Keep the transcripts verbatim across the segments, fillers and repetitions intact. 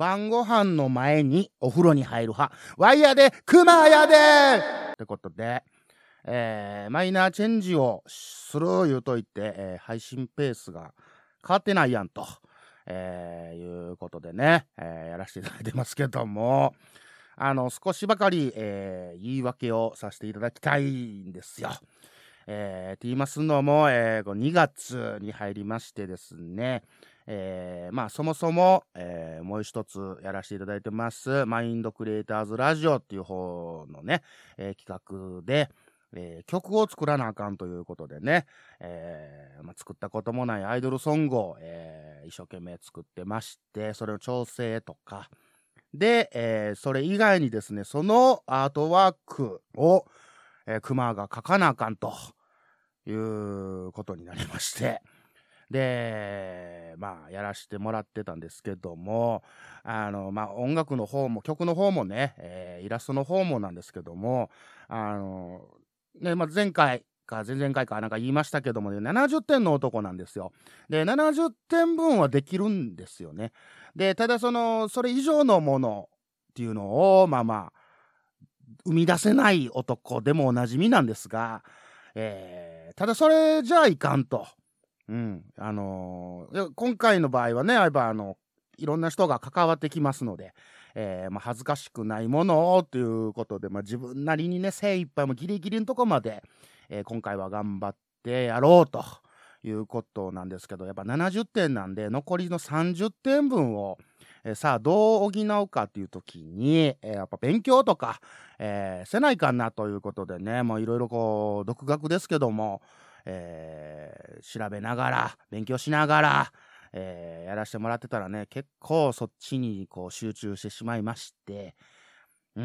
晩ご飯の前にお風呂に入る派、ワイヤでクマやでってことで、えー、マイナーチェンジをする言うといて、えー、配信ペースが変わってないやんと、えー、いうことでね、えー、やらせていただいてますけども、あの少しばかり、えー、言い訳をさせていただきたいんですよ。えー、って言いますのも、えー、にがつに入りましてですね、えー、まあそもそも、えー、もう一つやらせていただいてますマインドクリエイターズラジオっていう方のね、えー、企画で、えー、曲を作らなあかんということでね、えーまあ、作ったこともないアイドルソングを、えー、一生懸命作ってまして、それの調整とかで、えー、それ以外にですね、そのアートワークを、えー、クマが書かなあかんということになりまして、で、まあやらしてもらってたんですけども、あのまあ音楽の方も曲の方もね、えー、イラストの方もなんですけども、あのね、まあ、前回か前々回かなんか言いましたけども、ね、ななじゅってんの男なんですよ。でななじゅってんぶんはできるんですよね。でただそのそれ以上のものっていうのをまあまあ生み出せない男でもおなじみなんですが、えー、ただそれじゃいかんと。うん、あのー、今回の場合はね、やっぱあのいろんな人が関わってきますので、えーまあ、恥ずかしくないものをということで、まあ、自分なりにね精一杯もギリギリのとこまで、えー、今回は頑張ってやろうということなんですけど、やっぱななじゅってんなんで残りのさんじゅってんぶんを、えー、さあどう補うかっていう時に、えー、やっぱ勉強とか、えー、せないかなということでね、もういろいろこう独学ですけども、えー、調べながら勉強しながら、えー、やらせてもらってたらね、結構そっちにこう集中してしまいまして、うん、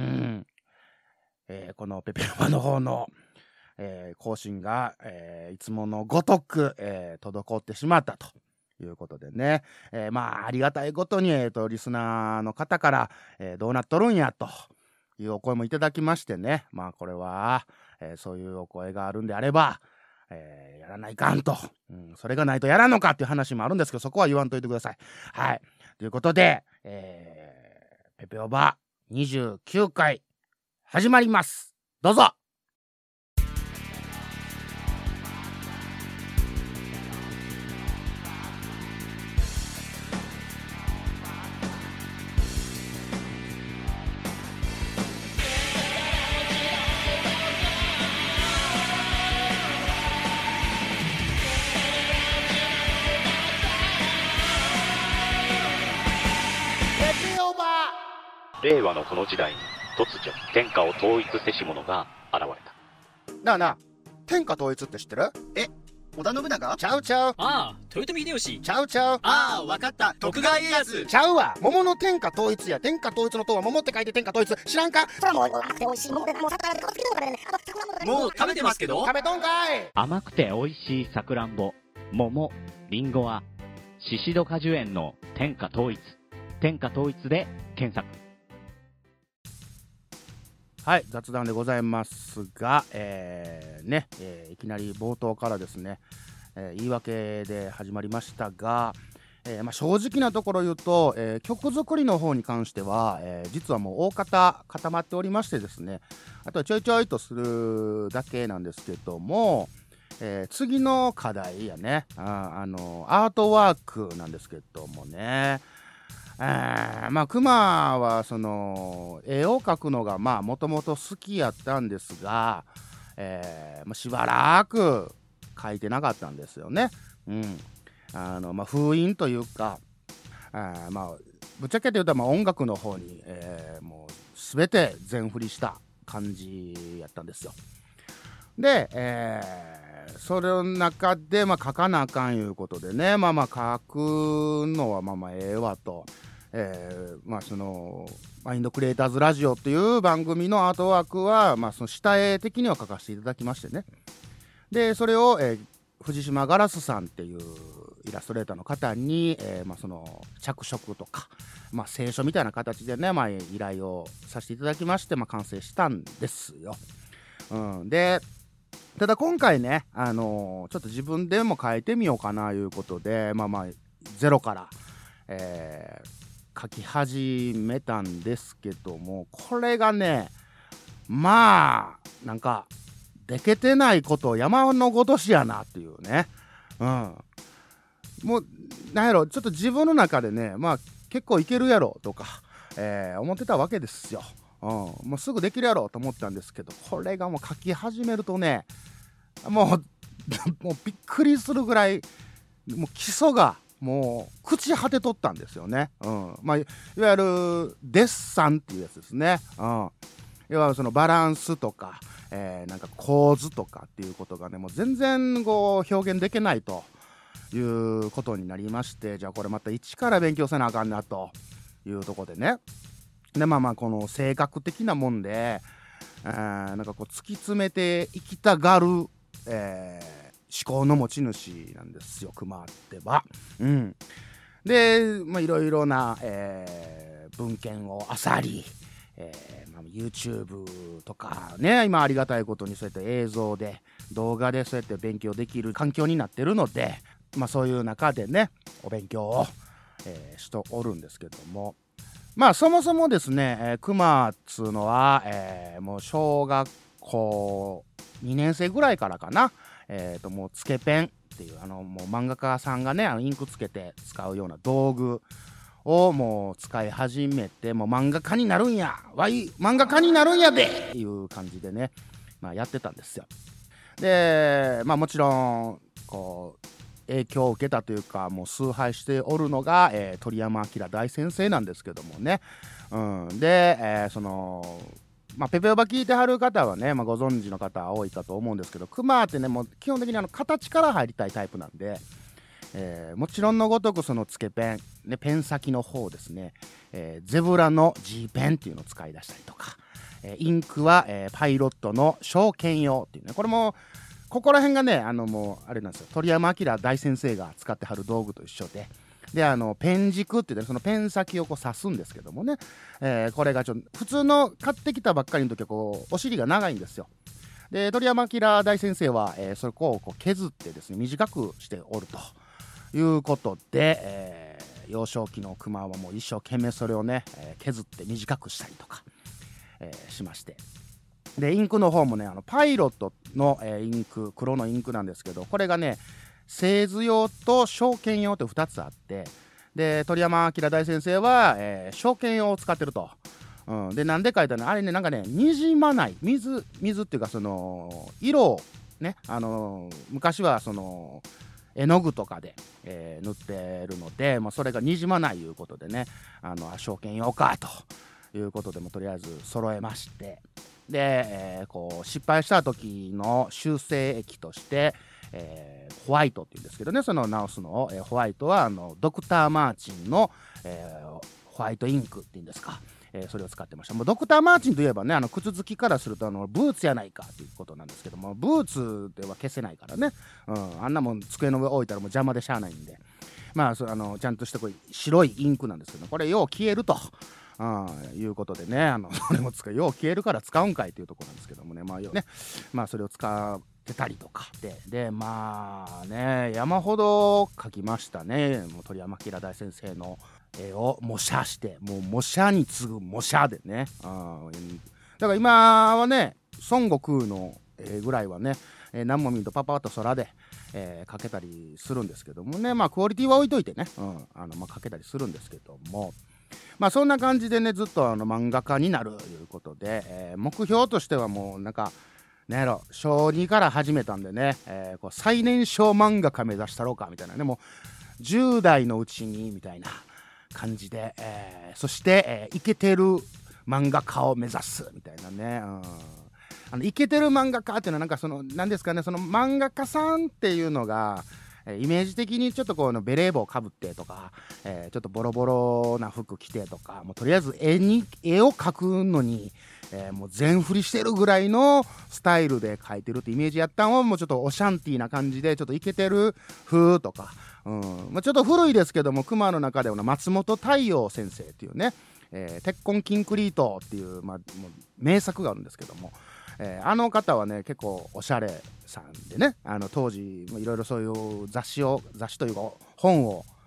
えー、このペペロマの方の、えー、更新が、えー、いつものごとく、えー、滞ってしまったということでね、えー、まあありがたいことに、えーと、リスナーの方から、えー、どうなっとるんやというお声もいただきましてね、まあこれは、えー、そういうお声があるんであれば、えー、やらないかんと、うん、それがないとやらんのかっていう話もあるんですけど、そこは言わんといてください。はい。ということで、えー、ペペオバにじゅうきゅうかい始まります。どうぞ。 令和のこの時代に突如天下を統一せし者が現れた。 なあなあ、天下統一って知ってる？ え、織田信長？ ちゃうちゃう。 ああ、豊臣秀吉。 ちゃうちゃう。 ああ、わかった、徳川家康。 ちゃうわ。桃の天下統一や。天下統一の塔は桃って書いて天下統一。知らんか？ それはもう甘くて美味しい桃で、もうさっきから顔つけてるからね。 もう食べてますけど。 食べとんかい。 甘くて美味しいさくらんぼ、桃、りんごは宍戸果樹園の天下統一。天下統一で検索。 はい、雑談でございますが、えー、ね、えー、いきなり冒頭からですね、えー、言い訳で始まりましたが、えーまあ、正直なところ言うと、えー、曲作りの方に関しては、えー、実はもう大方固まっておりましてですね、あとはちょいちょいとするだけなんですけども、えー、次の課題やね、あ、あのアートワークなんですけどもね、えー、まあクマはその絵を描くのがまあもともと好きやったんですが、えーまあ、しばらく描いてなかったんですよね。うん、あのまあ封印というか、あまあぶっちゃけて言うとまあ音楽の方に、えー、もう全て全振りした感じやったんですよ。で、えー、それの中でまあ書かなあかんいうことでね、まあまあ書くのはまあまあええわと。えー、まあそのマインドクリエイターズラジオっていう番組のアートワークはまあその下絵的には書かせていただきましてね、でそれを、えー、藤島ガラスさんっていうイラストレーターの方に、えーまあ、その着色とか、まあ、清書みたいな形でね、まあ、依頼をさせていただきまして、まあ、完成したんですよ。うん、でただ今回ね、あのー、ちょっと自分でも変えてみようかないうことで、まあまあゼロから、えー描き始めたんですけども、これがねまあなんかでけてないこと山のごとしやなっていうね。うんもうなんやろちょっと自分の中でねまあ結構いけるやろとか、えー、思ってたわけですよ。うん、もうすぐできるやろと思ったんですけど、これがもう書き始めるとねもうもうびっくりするぐらいもう基礎がもう朽ち果てとったんですよね。うんまあ、いわゆるデッサンっていうやつですね。うん、要はそのバランスとか、えー、なんか構図とかっていうことがねもう全然こう表現できないということになりまして、じゃあこれまた一から勉強せなあかんなというところでね。でまあまあこの性格的なもんで、えー、なんかこう突き詰めていきたがる、えー、思考の持ち主なんですよクマってば。うん、でまあいろいろな、えー、文献を漁り、えーまあ、YouTube とかね今ありがたいことにそうやって映像で動画でそうやって勉強できる環境になってるので、まあそういう中でねお勉強を、えー、しとおるんですけども、まあそもそもですね、えー、クマっつうのは、えー、もう小学校にねん生ぐらいからかな、えー、ともうつけペンっていうあのもう漫画家さんがねあのインクつけて使うような道具をもう使い始めて、もう漫画家になるんやわい漫画家になるんやでいう感じでね、まあ、やってたんですよ。でまあもちろんこう影響を受けたというかもう崇拝しておるのが、えー、鳥山明大先生なんですけどもね。うん、で、えー、そのまあペペオバ聞いてはる方はね、まあ、ご存知の方多いかと思うんですけど、クマってねもう基本的にあの形から入りたいタイプなんで、えー、もちろんのごとくそのつけペン、ね、ペン先の方ですね、えー、ゼブラの G ペンっていうのを使い出したりとか、えー、インクは、えー、パイロットの証券用っていうね、これもここら辺がねあのもうあれなんですよ、鳥山明大先生が使ってはる道具と一緒で、であのペン軸って言ってそのペン先をこう刺すんですけどもね、えー、これがちょっと普通の買ってきたばっかりの時はこうお尻が長いんですよ。で鳥山明大先生は、えー、そこをこう削ってですね短くしておるということで、えー、幼少期のクマはもう一生懸命それをね、えー、削って短くしたりとか、えー、しまして、でインクの方もねあのパイロットの、えー、インク黒のインクなんですけど、これがね製図用と証券用とふたつあって、で鳥山明大先生は、えー、証券用を使ってると。うん、でなんで書いたのあれねなんかねにじまない水水っていうかその色をねあのー、昔はその絵の具とかで、えー、塗ってるので、まあ、それがにじまないいうことでねあの証券用かということでもとりあえず揃えまして、で、えー、こう失敗した時の修正液として、えー、ホワイトっていうんですけどね、その直すのを、えー、ホワイトはあのドクターマーチンの、えー、ホワイトインクっていうんですか、えー、それを使ってました。もうドクターマーチンといえばねあの靴好きからするとあのブーツやないかということなんですけども、ブーツでは消せないからね、うん、あんなもん机の上置いたらもう邪魔でしゃあないんで、まあそあのちゃんとしたこう白いインクなんですけど、これよう消えると。うん、いうことでねあのそれも使うよう消えるから使うんかいというところなんですけどもね、まあよねまあそれを使ってたりとかででまあね山ほど描きましたね。もう鳥山明大先生の絵を模写してもう模写に次ぐ模写でね、うん、だから今はね孫悟空の絵ぐらいはね、えー、何も見んとパパッと空で、えー、描けたりするんですけどもね、まあクオリティは置いといてね、うんあのまあ、描けたりするんですけども、まあそんな感じでねずっとあの漫画家になるということで、えー、目標としてはもうなんかなんやろ小にから始めたんでね、えー、こう最年少漫画家目指したろうかみたいなね、もうじゅう代のうちにみたいな感じで、えー、そして、えー、イケてる漫画家を目指すみたいなね、うん、あのイケてる漫画家っていうのはなんかその何ですかね、その漫画家さんっていうのがイメージ的にちょっとこうベレー帽かぶってとか、えー、ちょっとボロボロな服着てとか、もうとりあえず絵に絵を描くのに、えー、もう全振りしてるぐらいのスタイルで描いてるってイメージやったんをもうちょっとオシャンティーな感じでちょっとイケてる風とか、うんまあ、ちょっと古いですけども熊の中では松本太陽先生っていうね、えー、鉄痕キンクリートっていう、まあ、もう名作があるんですけども、えー、あの方はね結構おしゃれさんでね、あの当時いろいろそういう雑誌を雑誌というか本を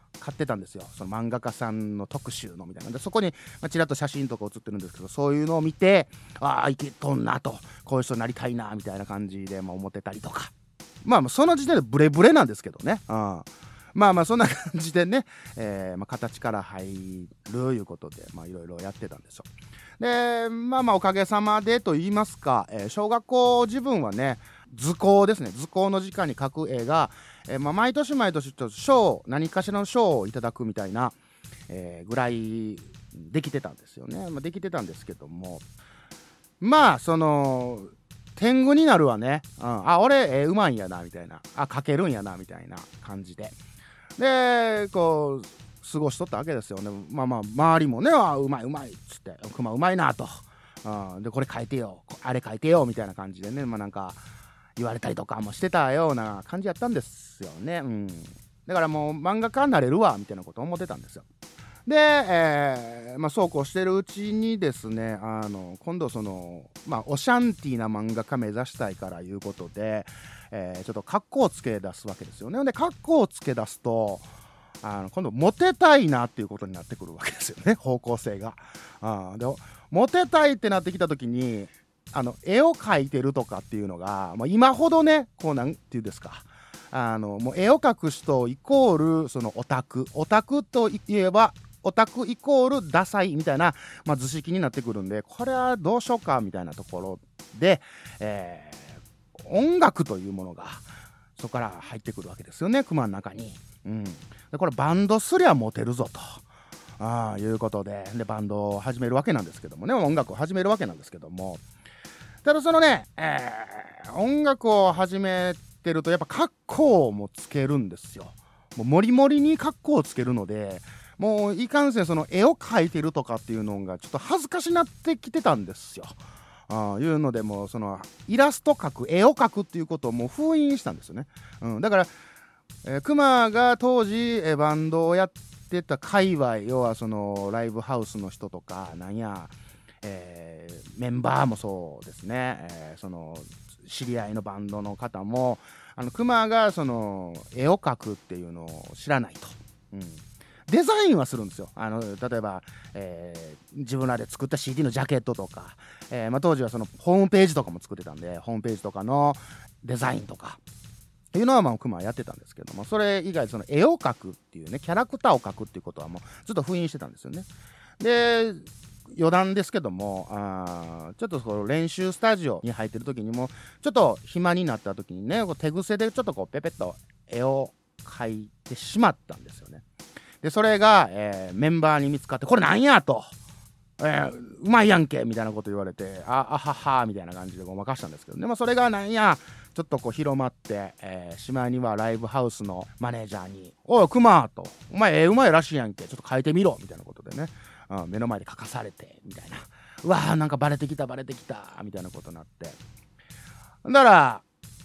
買ってたんですよ、その漫画家さんの特集のみたいなで、そこに、まあ、ちらっと写真とか写ってるんですけど、そういうのを見て、ああいけとんなと、こういう人になりたいなみたいな感じで、まあ、思ってたりとか、まあその時点でブレブレなんですけどね、うん、まあまあそんな感じでね、えーまあ、形から入るいうことで、まあいろいろやってたんですよ。でまあまあおかげさまでと言いますか、えー、小学校自分はね、図工ですね、図工の時間に描く絵が、えーまあ、毎年毎年ちょっと賞、何かしらの賞をいただくみたいな、えー、ぐらいできてたんですよね、まあ、できてたんですけども、まあその天狗になるわね、うん、あ俺絵うまいんやなみたいな、あ描けるんやなみたいな感じで、でこう過ごしとったわけですよね。まあまあ周りもね、あうまいうまいっつって、クマうまいなと、うん、でこれ書いてよあれ書いてよみたいな感じでね、まあなんか言われたりとかもしてたような感じやったんですよね、うん、だからもう漫画家になれるわみたいなことを思ってたんですよ。で、えーまあ、そうこうしてるうちにですね、あの今度その、まあ、オシャンティーな漫画家目指したいからいうことで、えー、ちょっと格好をつけ出すわけですよね。で格好をつけ出すと、あの今度モテたいなっていうことになってくるわけですよね、方向性が。あでモテたいってなってきた時に、あの絵を描いてるとかっていうのが、まあ、今ほどね、こうなんていうんですか、あのもう絵を描く人イコールそのオタクオタクといえばオタクイコールダサいみたいな、まあ、図式になってくるんで、これはどうしようかみたいなところで、えー、音楽というものがそこから入ってくるわけですよね、クマの中に。うん、でこれバンドすりゃモテるぞとあいうことで、でバンドを始めるわけなんですけどもね、音楽を始めるわけなんですけども、ただそのね、えー、音楽を始めてるとやっぱ格好もつけるんですよ。もうモリモリに格好をつけるので、もういかんせんその絵を描いてるとかっていうのがちょっと恥ずかしなってきてたんですよ。ああいうので、もうそのイラスト描く絵を描くっていうことをもう封印したんですよね。うん、だから、えー、クマが当時、えー、バンドをやってた界隈、要はそのライブハウスの人とかなんや、えー、メンバーもそうですね、えー、その知り合いのバンドの方もあのクマがその絵を描くっていうのを知らないと。うん、デザインはするんですよ。あの例えば、えー、自分らで作った シーディー のジャケットとか、えーまあ、当時はそのホームページとかも作ってたんで、ホームページとかのデザインとかっていうのはまあクマはやってたんですけども、それ以外その絵を描くっていうね、キャラクターを描くっていうことはもうずっと封印してたんですよね。で余談ですけども、あちょっとその練習スタジオに入ってる時にもちょっと暇になった時にね、手癖でちょっとこうペペッと絵を描いてしまったんですよね。でそれが、えー、メンバーに見つかって、これなんやと、えー、うまいやんけみたいなこと言われて、ああははみたいな感じでごまかしたんですけどね、まあ、それがなんやちょっとこう広まって、えー、しまいにはライブハウスのマネージャーに「おいクマ」と「お前絵うまいらしいやんけ、ちょっと描いてみろ」みたいなことでね、うん、目の前で描かされてみたいな、うわーなんかバレてきたバレてきたみたいなことになって、だから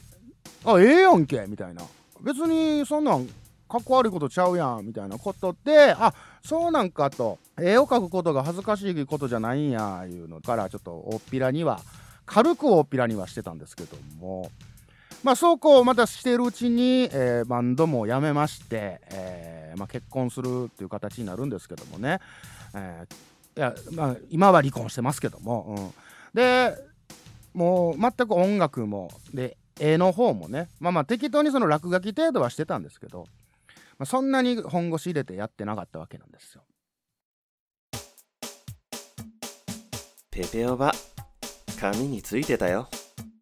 「あええやんけ」みたいな、別にそんなんかっこ悪いことちゃうやんみたいなことで、あそうなんかと、絵を描くことが恥ずかしいことじゃないんやいうのから、ちょっと大っぴらには軽く大っぴらにはしてたんですけども、まあそうこうまたしてるうちに、えー、バンドも辞めまして、えーまあ、結婚するっていう形になるんですけどもね、えー、いやまあ今は離婚してますけども、うん、でもう全く音楽もで絵の方もね、まあまあ適当にその落書き程度はしてたんですけど、まあ、そんなに本腰入れてやってなかったわけなんですよ。 ペペオバ紙についてたよ。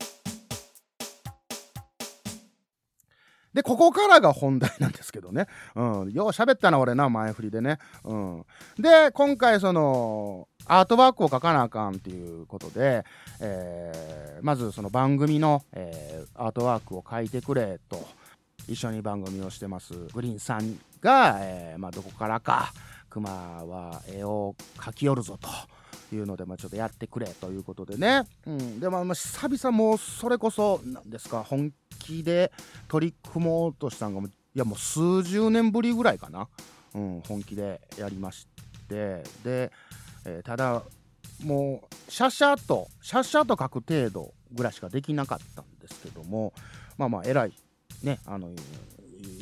でここからが本題なんですけどね、うん、よう喋ったな俺な前振りでね、うん、で今回そのアートワークを描かなあかんっていうことで、えー、まずその番組の、えー、アートワークを描いてくれと一緒に番組をしてますグリーンさんが、えーまあ、どこからかクマは絵を描き寄るぞというので、まあ、ちょっとやってくれということでね、うん、で、まあ、久々もうそれこそなんですか、本気で取り組もうとしたのが、いやもう数十年ぶりぐらいかな、うん、本気でやりまして、で、えー、ただもうシャシャとシャシャと書く程度ぐらいしかできなかったんですけども、まあまあえらいね、あの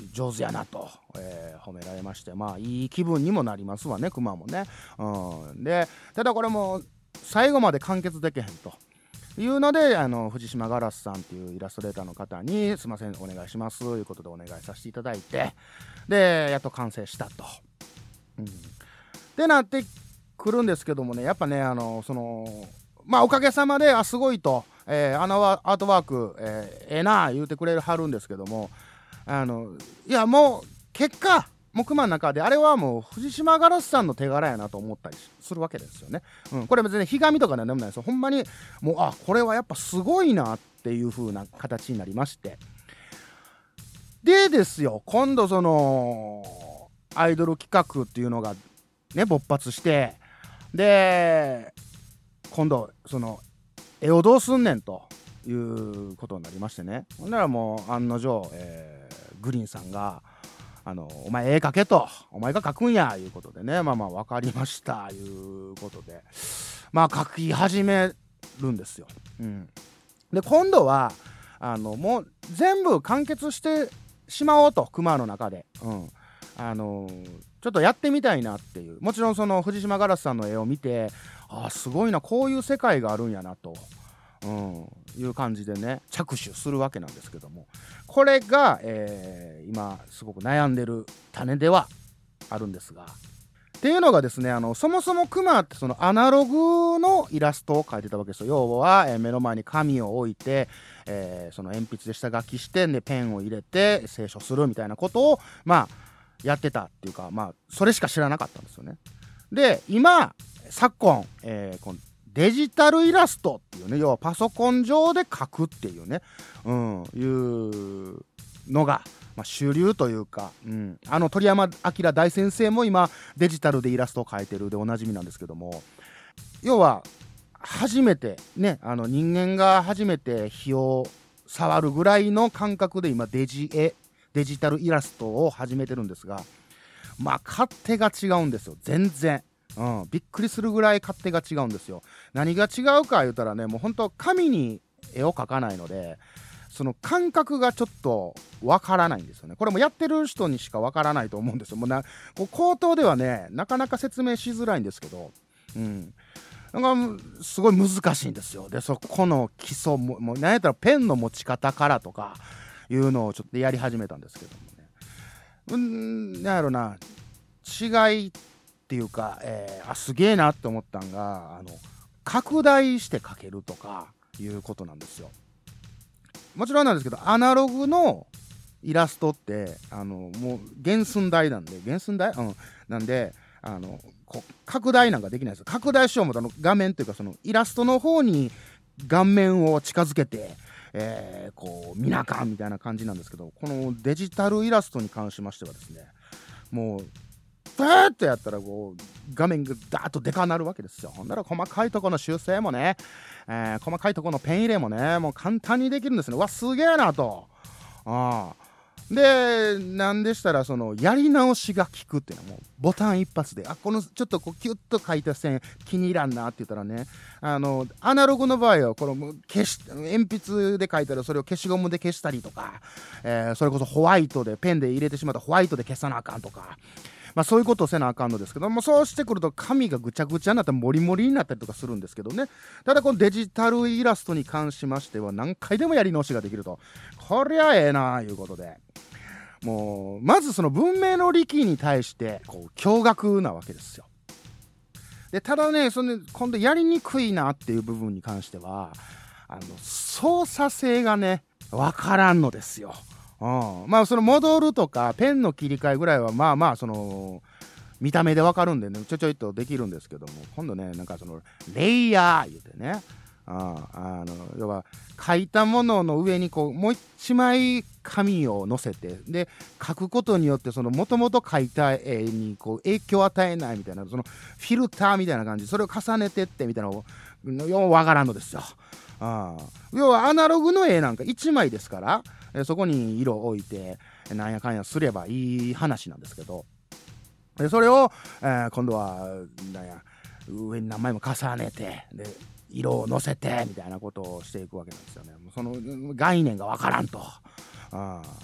上手やなと、えー、褒められまして、まあいい気分にもなりますわね、熊もね。うん、でただこれも最後まで完結できへんというので、あの藤島ガラスさんっていうイラストレーターの方にすいませんお願いしますということでお願いさせていただいて、でやっと完成したと、うん、でなってくるんですけどもね、やっぱねあのそのまあおかげさまであすごいと、えー、あのアートワークえー、ええな言うてくれるはるんですけども、あのいやもう結果もう熊の中であれはもう藤島ガラスさんの手柄やなと思ったりするわけですよね、うん、これ別にひがみとかなんでもないですよ。ほんまにもうあこれはやっぱすごいなっていう風な形になりまして、でですよ今度そのアイドル企画っていうのがね勃発して、で今度その絵をどうすんねんということになりましてね、ほんならもう案の定、えー、グリーンさんがあのお前絵描けと、お前が描くんやいうことでね、まあまあ分かりましたいうことでまあ描き始めるんですよ、うん、で今度はあのもう全部完結してしまおうと、熊の中で、うん、あのー、ちょっとやってみたいなっていう、もちろんその藤島ガラスさんの絵を見てあーすごいなこういう世界があるんやなと、うん、いう感じでね着手するわけなんですけども、これが、えー、今すごく悩んでる種ではあるんですが、っていうのがですね、あのそもそもクマってそのアナログのイラストを描いてたわけですよ。要は、えー、目の前に紙を置いて、えー、その鉛筆で下書きしてでペンを入れて清書するみたいなことをまあやってたっていうか、まあそれしか知らなかったんですよね。で今昨今、えー、このデジタルイラストっていうね、要はパソコン上で描くっていうね、うん、いうのが、まあ、主流というか、うん、あの鳥山明大先生も今デジタルでイラストを描いてるでおなじみなんですけども、要は初めてね、あの人間が初めて火を触るぐらいの感覚で今デジ絵デジタルイラストを始めてるんですが、まあ勝手が違うんですよ全然。うん、びっくりするぐらい勝手が違うんですよ。何が違うか言うたらね、もうほんと紙に絵を描かないのでその感覚がちょっとわからないんですよね。これもやってる人にしかわからないと思うんですよ。もうなこう口頭ではねなかなか説明しづらいんですけど、うんなんかすごい難しいんですよ。でそこの基礎ももう何やったらペンの持ち方からとかいうのをちょっとやり始めたんですけどもね、うんなんやろな違いっていうか、えー、あすげえなって思ったんがあの拡大して描けるとかいうことなんですよ。もちろんなんですけどアナログのイラストってあのもう原寸大なんで原寸大、うん、なんであのこ拡大なんかできないですよ。拡大しようもとの画面というかそのイラストの方に顔面を近づけて、えー、こう見なあかんみたいな感じなんですけど、このデジタルイラストに関しましてはですね、もうバーッとやったらこう画面がダーッとでかなるわけですよ。ほんなら細かいところの修正もね、えー、細かいところのペン入れもねもう簡単にできるんですね。うわすげえなと。あでなんでしたらそのやり直しが効くっていうのはもうボタン一発で、あこのちょっとこうキュッと書いた線気に入らんなって言ったらね、あのアナログの場合はこの消し鉛筆で書いたらそれを消しゴムで消したりとか、えー、それこそホワイトでペンで入れてしまったホワイトで消さなあかんとか、まあ、そういうことをせなあかんのですけども、そうしてくると紙がぐちゃぐちゃになったりモリモリになったりとかするんですけどね。ただこのデジタルイラストに関しましては何回でもやり直しができると、こりゃええなあいうことで、もうまずその文明の利器に対してこう驚愕なわけですよ。でただねその今度やりにくいなっていう部分に関してはあの操作性がねわからんのですよ。うん、まあその戻るとかペンの切り替えぐらいはまあまあその見た目でわかるんでねちょちょいとできるんですけども、今度ねなんかそのレイヤー言うてね、ああの要は書いたものの上にこうもう一枚紙を載せてで書くことによってその元々書いた絵にこう影響を与えないみたいなそのフィルターみたいな感じ、それを重ねてってみたいなのようわからんのですよ。あ要はアナログの絵なんかいちまいですから、えそこに色を置いてなんやかんやすればいい話なんですけど、でそれを、えー、今度はなんや上に何枚も重ねてで色をのせてみたいなことをしていくわけなんですよね。もうその概念がわからんと。あ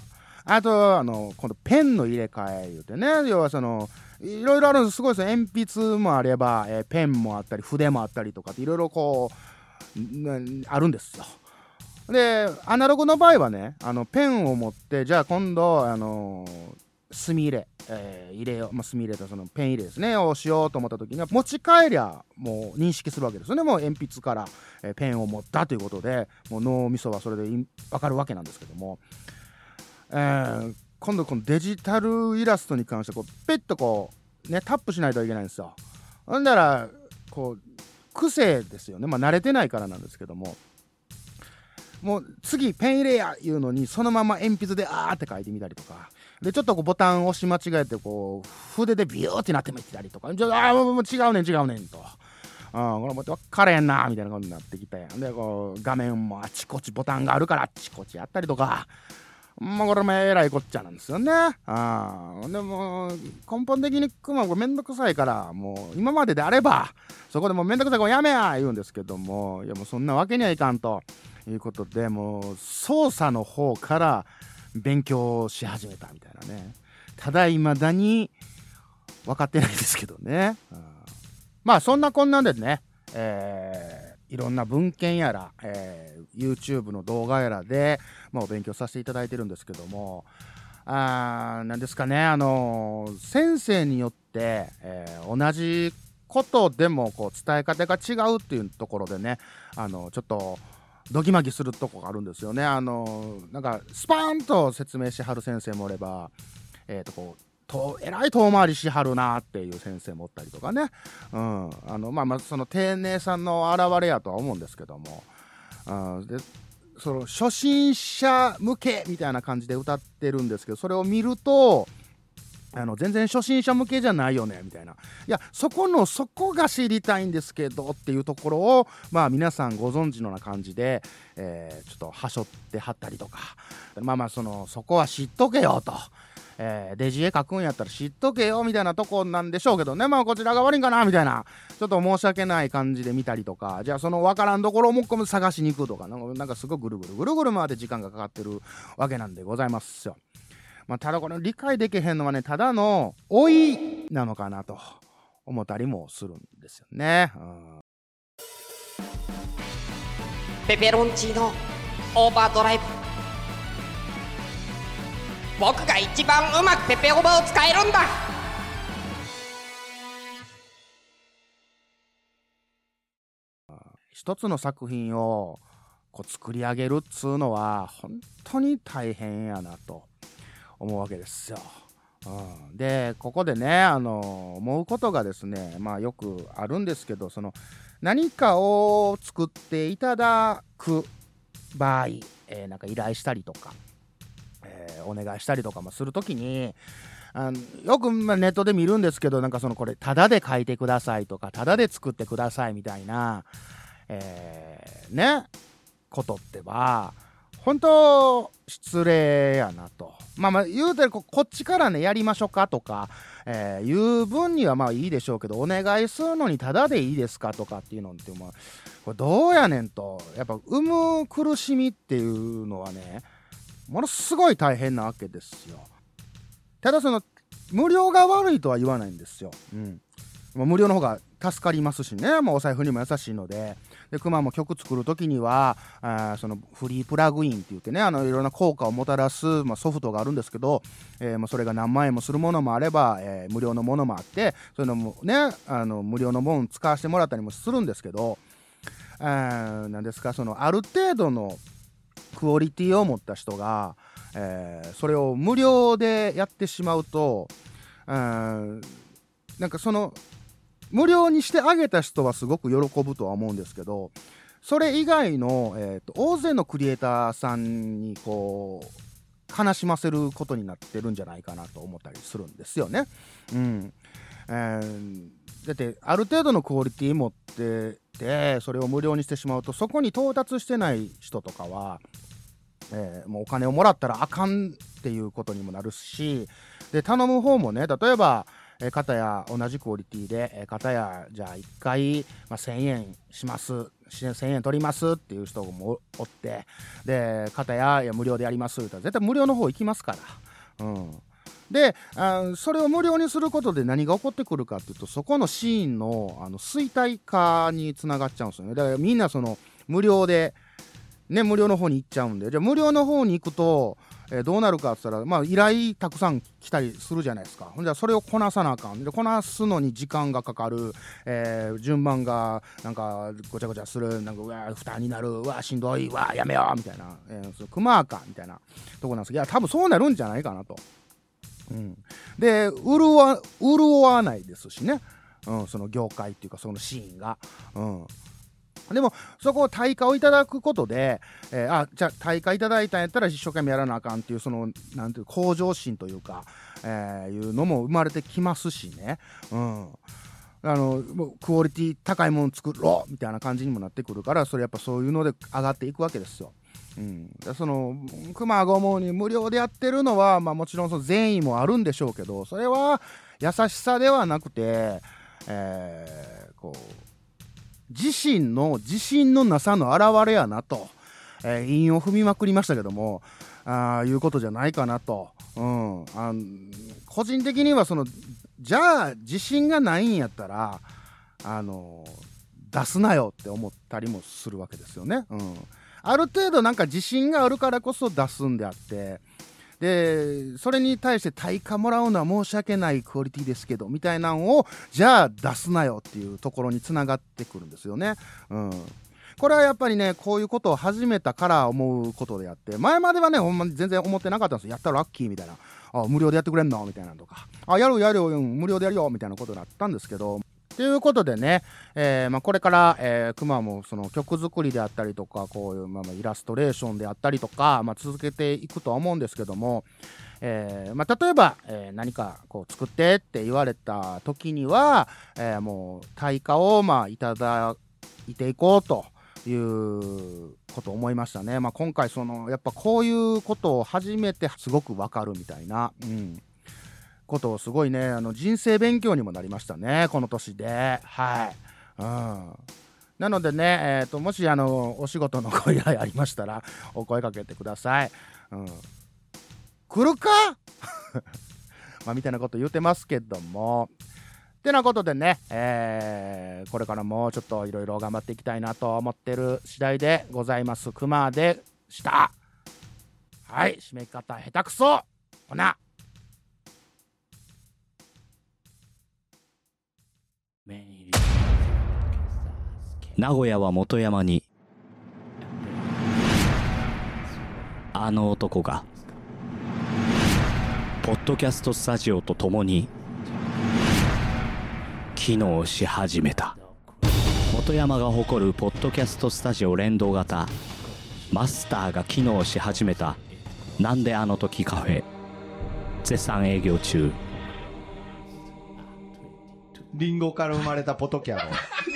あとあの今度ペンの入れ替え言うてね、要はそのいろいろあるんです。すごいですよ。鉛筆もあれば、えー、ペンもあったり筆もあったりとかっていろいろこうあるんですよ。でアナログの場合はね、あのペンを持って、じゃあ今度あの墨入れ、えー、入れよう、まあ、墨入れとそのペン入れですねをしようと思った時には、持ち帰りゃもう認識するわけですよね。もう鉛筆から、えー、ペンを持ったということで、もう脳みそはそれで分かるわけなんですけども、えー、今度このデジタルイラストに関してこうペッとこうねタップしないといけないんですよ。ほんだらこう癖ですよね。まあ慣れてないからなんですけども、もう次ペン入れやいうのにそのまま鉛筆であーって書いてみたりとかで、ちょっとこうボタンを押し間違えてこう筆でビューってなってみたりとか、じゃああーもう違うねん違うねんと、あこれも分からへんなみたいなことになってきて、でこう画面もあちこちボタンがあるからあちこちやったりとか、まあこれもえらいこっちゃなんですよね。あでも根本的にクマこれめんどくさいから、もう今までであればそこでもうめんどくさいからやめや言うんですけども、いやもうそんなわけにはいかんということで、もう操作の方から勉強し始めたみたいなね。ただいまだに分かってないですけどね。まあそんなこんなんでね、えー、いろんな文献やら、えー、YouTube の動画やらで、まあ、お勉強させていただいてるんですけども、あーなんですかね、あのー、先生によって、えー、同じことでもこう伝え方が違うっていうところでね、あのー、ちょっとドキマキするとこがあるんですよね。あのー、なんかスパーンと説明しはる先生もおれば、えーとこうとえらい遠回りしはるなっていう先生もおったりとかね、うん、あのまあまあその丁寧さの表れやとは思うんですけども、うん、でその初心者向けみたいな感じで歌ってるんですけど、それを見るとあの全然初心者向けじゃないよねみたいな、いやそこのそこが知りたいんですけどっていうところをまあ皆さんご存知のような感じで、えー、ちょっとはしょってはったりとか、まあまあそのそこは知っとけよと。えー、デジ絵描くんやったら知っとけよみたいなとこなんでしょうけどね、まあこちらが悪いんかなみたいな、ちょっと申し訳ない感じで見たりとか、じゃあその分からんところをもう一個探しに行くとか、なんか、なんかすごいぐるぐるぐるぐる回って時間がかかってるわけなんでございますよ。まあただこれ理解できへんのはね、ただの老いなのかなと思ったりもするんですよね。うん、 ペペロンチーノオーバードライブ、僕が一番うまくペペオバを使えるんだ。 一つの作品をこう作り上げるっつうのは本当に大変やなと思うわけですよ。うん、でここでね、あの思うことがですね、まあよくあるんですけど、その何かを作っていただく場合、えー、なんか依頼したりとか、えー、お願いしたりとかもするときに、あのよくまあネットで見るんですけど、なんかそのこれタダで書いてくださいとかタダで作ってくださいみたいな、えー、ねことっては本当失礼やなと。まあまあ言うて こ, こっちからねやりましょうかとか、えー、言う分にはまあいいでしょうけど、お願いするのにタダでいいですかとかっていうのって、まあ、これどうやねんと。やっぱ生む苦しみっていうのはねものすごい大変なわけですよ。ただその無料が悪いとは言わないんですよ。うん、まあ、無料の方が助かりますしね、まあ、お財布にも優しいので、でクマも曲作るときにはあそのフリープラグインって言ってね、あのいろんな効果をもたらす、まあ、ソフトがあるんですけど、えーまあ、それが何万円もするものもあれば、えー、無料のものもあって、そういうのもね、あの無料のもの使わせてもらったりもするんですけど、あなんですか、そのある程度のクオリティを持った人が、えー、それを無料でやってしまうと、なんかその無料にしてあげた人はすごく喜ぶとは思うんですけど、それ以外の、えーと、大勢のクリエイターさんにこう悲しませることになってるんじゃないかなと思ったりするんですよね。うんえー、だってある程度のクオリティ持っててそれを無料にしてしまうと、そこに到達してない人とかは、えー、もうお金をもらったらあかんっていうことにもなるし、で頼む方もね、例えばえー、片や同じクオリティで、えー、片やじゃあいっかい、まあ、せんえんしますせんえん取りますっていう人もおってで片やいや無料でやりますって言ったら絶対無料の方行きますから、うん、であそれを無料にすることで何が起こってくるかっていうとそこのシーンの、あの衰退化につながっちゃうんですよね。だからみんなその無料でね無料の方に行っちゃうんでじゃあ無料の方に行くとえー、どうなるかって言ったら、まあ、依頼たくさん来たりするじゃないですか。ほんじゃそれをこなさなあかんでこなすのに時間がかかる、えー、順番がなんかごちゃごちゃするなんかうわ負担になるうわしんどいうわやめようみたいな、えー、それくまあかみたいなとこなんですけどいや多分そうなるんじゃないかなと、うん、で潤わ潤わないですしね、うん、その業界っていうかそのシーンが、うんでもそこを対価をいただくことで、えー、あじゃあ対価いただいたんやったら一生懸命やらなあかんっていうそのなんていう向上心というか、えー、いうのも生まれてきますしね、うん、あのもうクオリティ高いもの作ろうみたいな感じにもなってくるからそれやっぱそういうので上がっていくわけですよ。うん、その熊が思うに無料でやってるのは、まあ、もちろんその善意もあるんでしょうけどそれは優しさではなくて、えー、こう自身の自信のなさの表れやなと、えー、韻を踏みまくりましたけどもあいうことじゃないかなと、うん、あ個人的にはそのじゃあ自信がないんやったらあの出すなよって思ったりもするわけですよね、うん、ある程度なんか自信があるからこそ出すんであってでそれに対して対価もらうのは申し訳ないクオリティですけどみたいなのをじゃあ出すなよっていうところにつながってくるんですよね、うん、これはやっぱりねこういうことを始めたから思うことであって前まではねほんまに全然思ってなかったんですよ。やったらラッキーみたいなあ無料でやってくれんのみたいなとかあやるやるよ、うん、無料でやるよみたいなことだったんですけどということでね、えーまあ、これから、えー、クマもその曲作りであったりとかこういう、まあ、イラストレーションであったりとか、まあ、続けていくとは思うんですけども、えーまあ、例えば、えー、何かこう作ってって言われた時には、えー、もう対価をまあいただいていこうということを思いましたね。まあ、今回そのやっぱこういうことを初めてすごくわかるみたいな、うんことをすごいねあの人生勉強にもなりましたねこの年ではい、うん、なのでね、えー、ともしあのお仕事のご依頼ありましたらお声かけてください、うん、来るかまあみたいなこと言ってますけどもってなことでね、えー、これからもちょっといろいろ頑張っていきたいなと思ってる次第でございます。クマでしたはい締め方下手くそほな名古屋は元山にあの男がポッドキャストスタジオとともに機能し始めた。元山が誇るポッドキャストスタジオ連動型マスターが機能し始めたなんであの時カフェ絶賛営業中。 リンゴから生まれたポトキャロ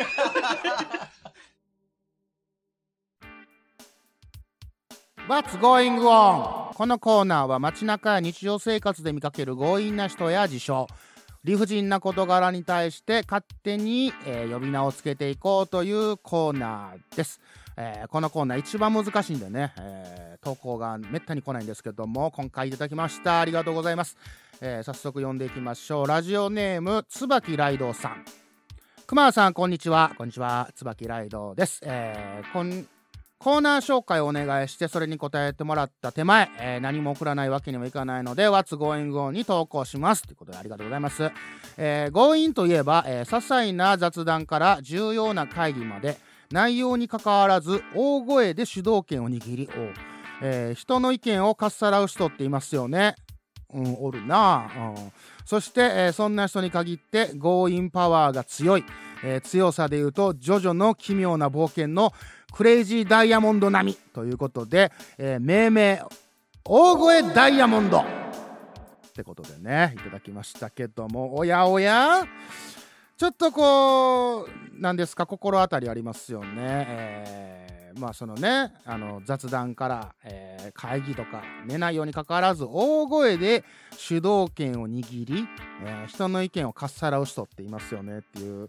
What's going on? このコーナーは街中や日常生活で見かける強引な人や事象理不尽な事柄に対して勝手に、えー、呼び名をつけていこうというコーナーです、えー、このコーナー一番難しいんでね、えー、投稿がめったに来ないんですけども今回いただきましたありがとうございます、えー、早速読んでいきましょう。ラジオネーム椿ライドウさん。熊田さんこんにちは。こんにちは椿ライドウです、えー、こんコーナー紹介をお願いしてそれに答えてもらった手前、えー、何も送らないわけにもいかないので What's going on に投稿しますということでありがとうございます、えー、going といえば、えー、些細な雑談から重要な会議まで内容に関わらず大声で主導権を握り、えー、人の意見をかっさらう人っていますよね。うん、おるな、うん、そして、えー、そんな人に限って強引パワーが強い、えー、強さでいうとジョジョの奇妙な冒険のクレイジーダイヤモンド並みということで、えー、命名大声ダイヤモンドってことでねいただきましたけどもおやおやちょっとこうなんですか心当たりありますよね、ええー、まあそのねあの雑談から、えー、会議とか寝ないようにかかわらず大声で主導権を握り、えー、人の意見をかっさらう人っていますよねっていう。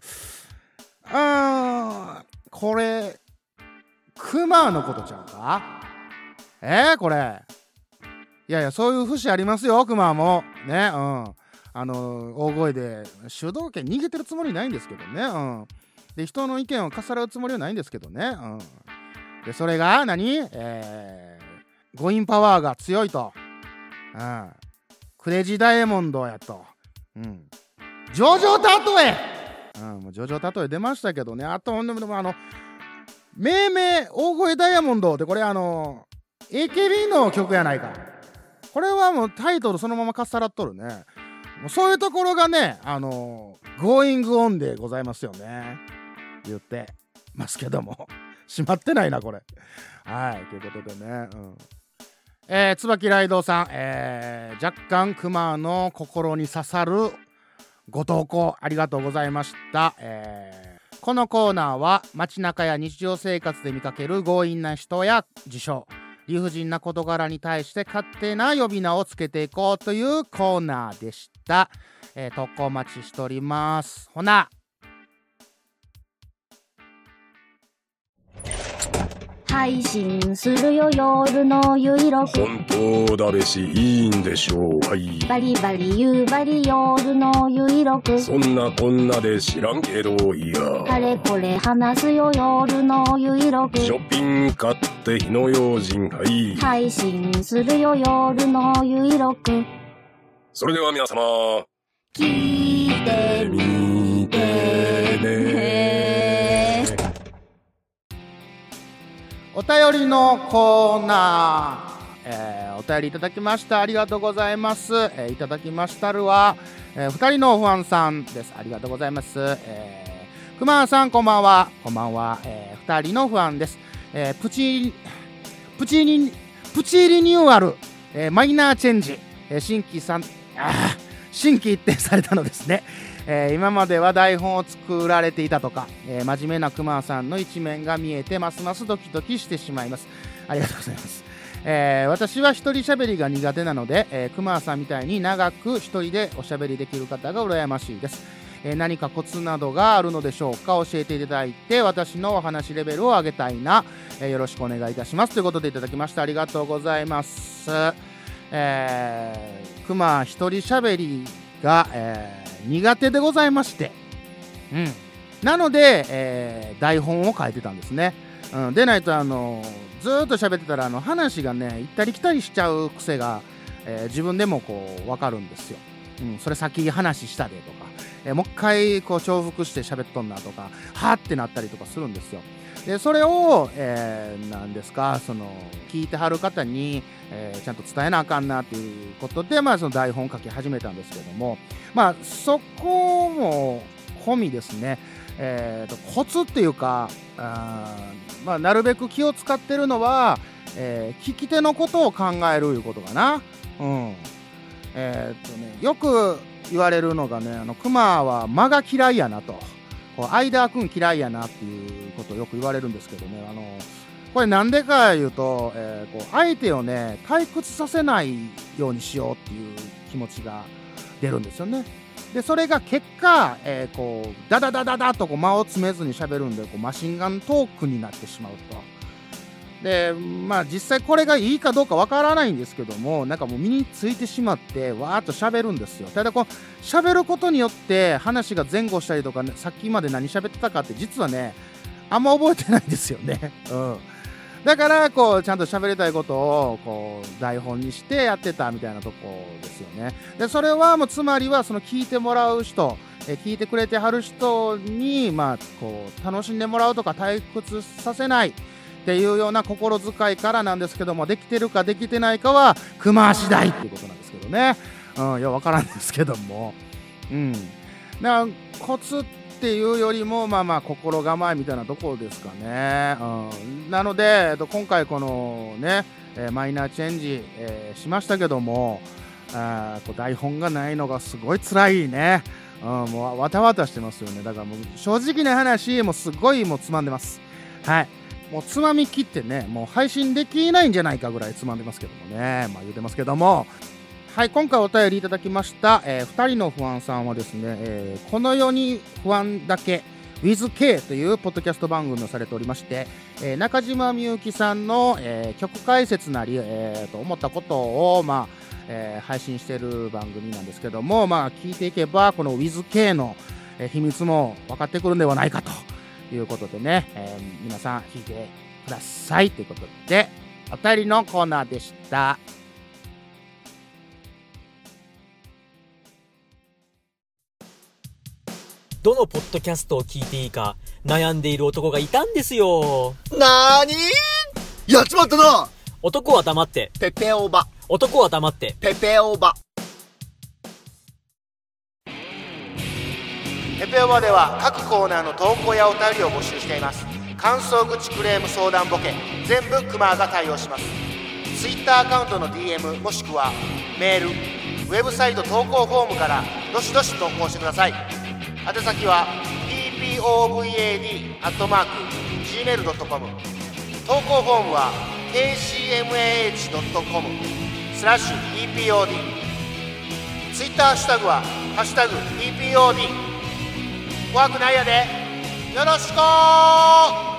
あーこれクマのことちゃうか。えー、これいやいやそういう節ありますよクマもね。うんあの大声で主導権握ってるつもりないんですけどね。うんで人の意見をかっさらうつもりはないんですけどね。うんでそれが何、えー、ゴインパワーが強いと、うん、クレイジーダイヤモンドやと、うん、ジョジョ例え、うん、もうジョジョ例え出ましたけどね。あとほんでもあの命名大声ダイヤモンドってこれあの エーケービー の曲やないか。これはもうタイトルそのままかっさらっとるね。もうそういうところがねあのゴーイングオンでございますよね言ってますけども閉まってないなこれ。はいということでね、うんえー、椿ライドウさん、えー、若干クマの心に刺さるご投稿ありがとうございました。えー、このコーナーは街中や日常生活で見かける強引な人や事象理不尽な事柄に対して勝手な呼び名をつけていこうというコーナーでした。えー、投稿お待ちしております。ほな配信するよ夜のゆいろく本当だべしいいんでしょうはいバリバリ夕張夜のゆいろくそんなこんなで知らんけどいやあれこれ話すよ夜のゆいろくショッピング買って火の用心はい配信するよ夜のゆいろくそれでは皆様聞いてみてね。 お便りのコーナー、えー、お便りいただきましたありがとうございます。えー、いただきましたるは、えー、ふたりのファンさんです。ありがとうございます。えー、くまさんこんばんは。こんばんは。えー、ふたりのファンです。えー、プチプチリプチリニューアル、えー、マイナーチェンジ、えー、新規さんあ新規一転されたのですね。えー、今までは台本を作られていたとか、えー、真面目なくまさんの一面が見えてますますドキドキしてしまいます。ありがとうございます。えー、私は一人喋りが苦手なので、えー、くまさんみたいに長く一人でおしゃべりできる方が羨ましいです。えー、何かコツなどがあるのでしょうか。教えていただいて私のお話レベルを上げたいな、えー、よろしくお願いいたしますということでいただきました。ありがとうございます。えー、くま一人喋りが、えー苦手でございまして、うん、なので、えー、台本を書いてたんですね。うん、でないとあのずーっと喋ってたらあの話がね行ったり来たりしちゃう癖が、えー、自分でもこう分かるんですよ。うん、それ先話したでとか、えー、もう一回こう重複して喋っとんなとかはーってなったりとかするんですよ。でそれを、えー、なんですかその聞いてはる方に、えー、ちゃんと伝えなあかんなっていうことで、まあ、その台本書き始めたんですけども、まあそこも込みですね、えー、とコツっていうかあ、まあ、なるべく気を使ってるのは、えー、聞き手のことを考えるいうことかな。うんえーとね、よく言われるのがねあのクマは間が嫌いやなとこう間くん嫌いやなっていうことをよく言われるんですけどね、あのこれなんでかいうと、えー、こう相手をね退屈させないようにしようっていう気持ちが出るんですよね。でそれが結果、えー、こうダダダダダとこう間を詰めずに喋るんでこうマシンガントークになってしまうと。でまあ実際これがいいかどうかわからないんですけども、なんかもう身についてしまってわーっと喋るんですよ。ただこう喋ることによって話が前後したりとか、ね、さっきまで何喋ってたかって実はねあんま覚えてないんですよね。うんだからこうちゃんと喋りたいことをこう台本にしてやってたみたいなとこですよね。でそれはもうつまりはその聞いてもらう人、え聞いてくれてはる人にまあこう楽しんでもらうとか退屈させないっていうような心遣いからなんですけども、できてるかできてないかは熊次第っていうことなんですけどね。うんいや分からんですけども、うんだからコツっていうよりもまあまあ心構えみたいなところですかね。うん、なので、えっと、今回このね、えー、マイナーチェンジ、えー、しましたけども、あこう台本がないのがすごい辛いね。うん、もうわたわたしてますよね。だからもう正直な話もうすごいもうつまんでます。はい。 もうつまみ切ってね、もう配信できないんじゃないかぐらいつまんでますけどもね、まあ言うてますけども、はい、今回お便りいただきました、えー、ふたりの不安さんはですね、えー、この世に不安だけ ウィズケー というポッドキャスト番組をされておりまして、えー、中島みゆきさんの、えー、曲解説なり、えー、と思ったことを、まあえー、配信している番組なんですけども、まあ、聞いていけばこの ウィズケー の、えー、秘密も分かってくるんではないかということでね、えー、皆さん聞いてくださいということで、お便りのコーナーでした。 どのポッドキャストを聞いていいか悩んでいる男がいたんですよ。 なーにーやっちまったな。 男は黙ってペペオバ。 男は黙ってペペオバ。 ペペオバでは各コーナーの投稿やお便りを募集しています。感想口クレーム相談ボケ全部クマが対応します。ツイッターアカウントの ディーエム もしくはメール、ウェブサイト投稿フォームからどしどし投稿してください。宛先は ピーピーオーブイエーディー アットマーク ジーメールドットコム、 投稿フォームは ケーシーエムエーエイチドットコム スラッシュ ピーピーオーディー、 ツイッターハッシュタグはハッシュタグ ピーピーオーディー、 怖くないやでよろしくー。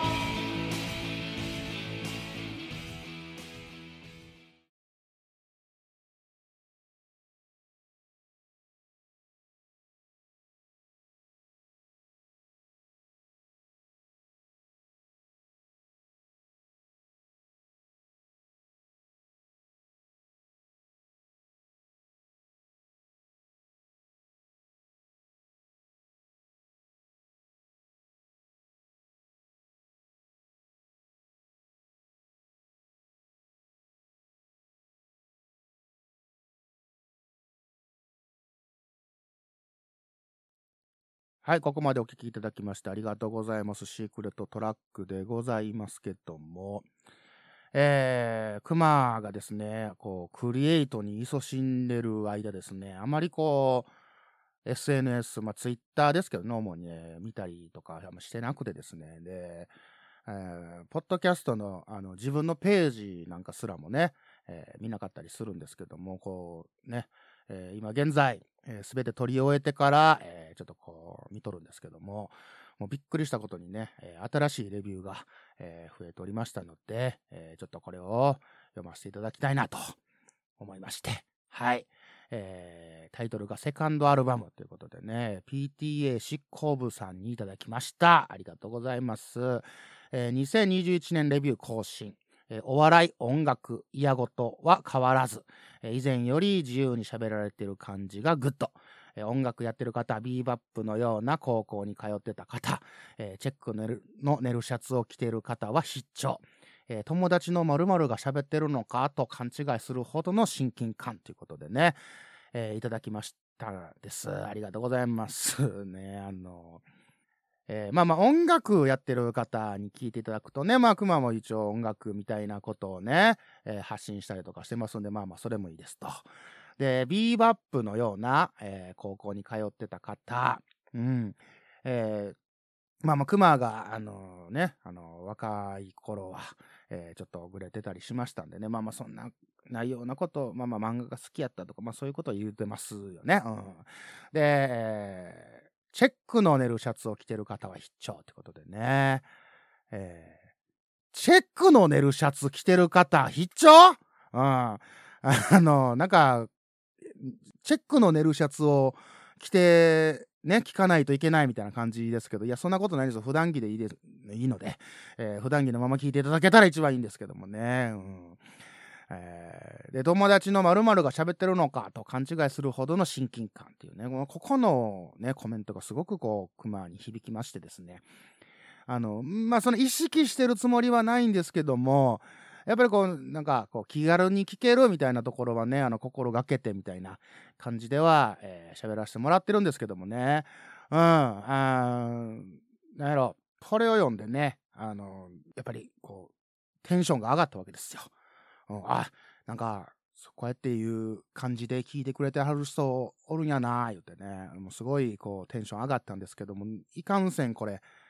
はい、ここまでお聞きいただきましてありがとうございます。シークレットトラックでございますけども、えー、クマがですね、こう、クリエイトに勤しんでる間ですね、あまりこう、エスエヌエス、まあ、ツイッターですけどね、主に、ね、見たりとかしてなくてですね、で、えー、ポッドキャストの、あの、自分のページなんかすらもね、えー、見なかったりするんですけども、こう、ね、えー、今現在、すべ、えー、て取り終えてから、えー、ちょっとこう見とるんですけども、もうびっくりしたことにね、えー、新しいレビューが、えー、増えておりましたので、えー、ちょっとこれを読ませていただきたいなと思いまして、はい、えー、タイトルがセカンドアルバムということでね、ピーティーエー 執行部さんにいただきました。ありがとうございます。えー、にせんにじゅういちねんレビュー更新。えー、お笑い、音楽、嫌ごとは変わらず、えー、以前より自由に喋られている感じがグッド。えー、音楽やってる方、ビーバップのような高校に通ってた方、えー、チェックの寝る、の寝るシャツを着ている方は必聴。えー、友達の〇〇が喋ってるのかと勘違いするほどの親近感ということでね、えー、いただきましたです。ありがとうございますね。あのえー、まあまあ音楽やってる方に聞いていただくとね、まあクマも一応音楽みたいなことをね、えー、発信したりとかしてますんで、まあまあそれもいいですと。で、ビーバップのような、えー、高校に通ってた方、うん、えー、まあまあクマがあのね、あの若い頃は、えー、ちょっと遅れてたりしましたんでね、まあまあそんなないようなことを、まあまあ漫画が好きやったとか、まあそういうことを言うてますよね。うん、で、えーチェックの寝るシャツを着てる方は必聴ってことでね。えー、チェックの寝るシャツ着てる方必聴？うん。あの、なんか、チェックの寝るシャツを着て、ね、着かないといけないみたいな感じですけど、いや、そんなことないですよ。普段着でいいです、いいので、えー、普段着のまま着いていただけたら一番いいんですけどもね。うんえー、で友達の〇〇が喋ってるのかと勘違いするほどの親近感っていうね、このここのねコメントがすごくこうクマに響きましてですね、あのまあその意識してるつもりはないんですけども、やっぱりこうなんかこう気軽に聞けるみたいなところはね、あの心がけてみたいな感じでは喋、えー、らせてもらってるんですけどもね、うん、あなんやろ、これを読んでね、あのやっぱりこうテンションが上がったわけですよ。うん、あ、なんかこうやっていう感じで聞いてくれてはる人おるんやなー言ってね、もうすごいこうテンション上がったんですけども、いかんせんこれ、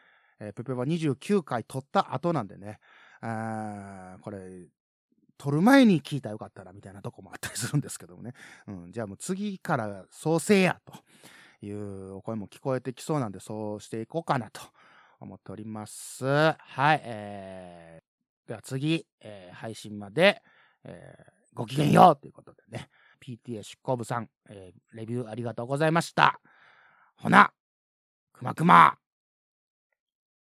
えー、ペペはにじゅうきゅうかい撮った後なんでね、あこれ、撮る前に聞いたらよかったなみたいなとこもあったりするんですけどもね。うん、じゃあもう次からそうせいやというお声も聞こえてきそうなんで、そうしていこうかなと思っております。はい、えー、では次、えー、配信まで、えー、ごきげんようということでね、ピーティーエー 執行部さん、えー、レビューありがとうございました。ほな、くまくま。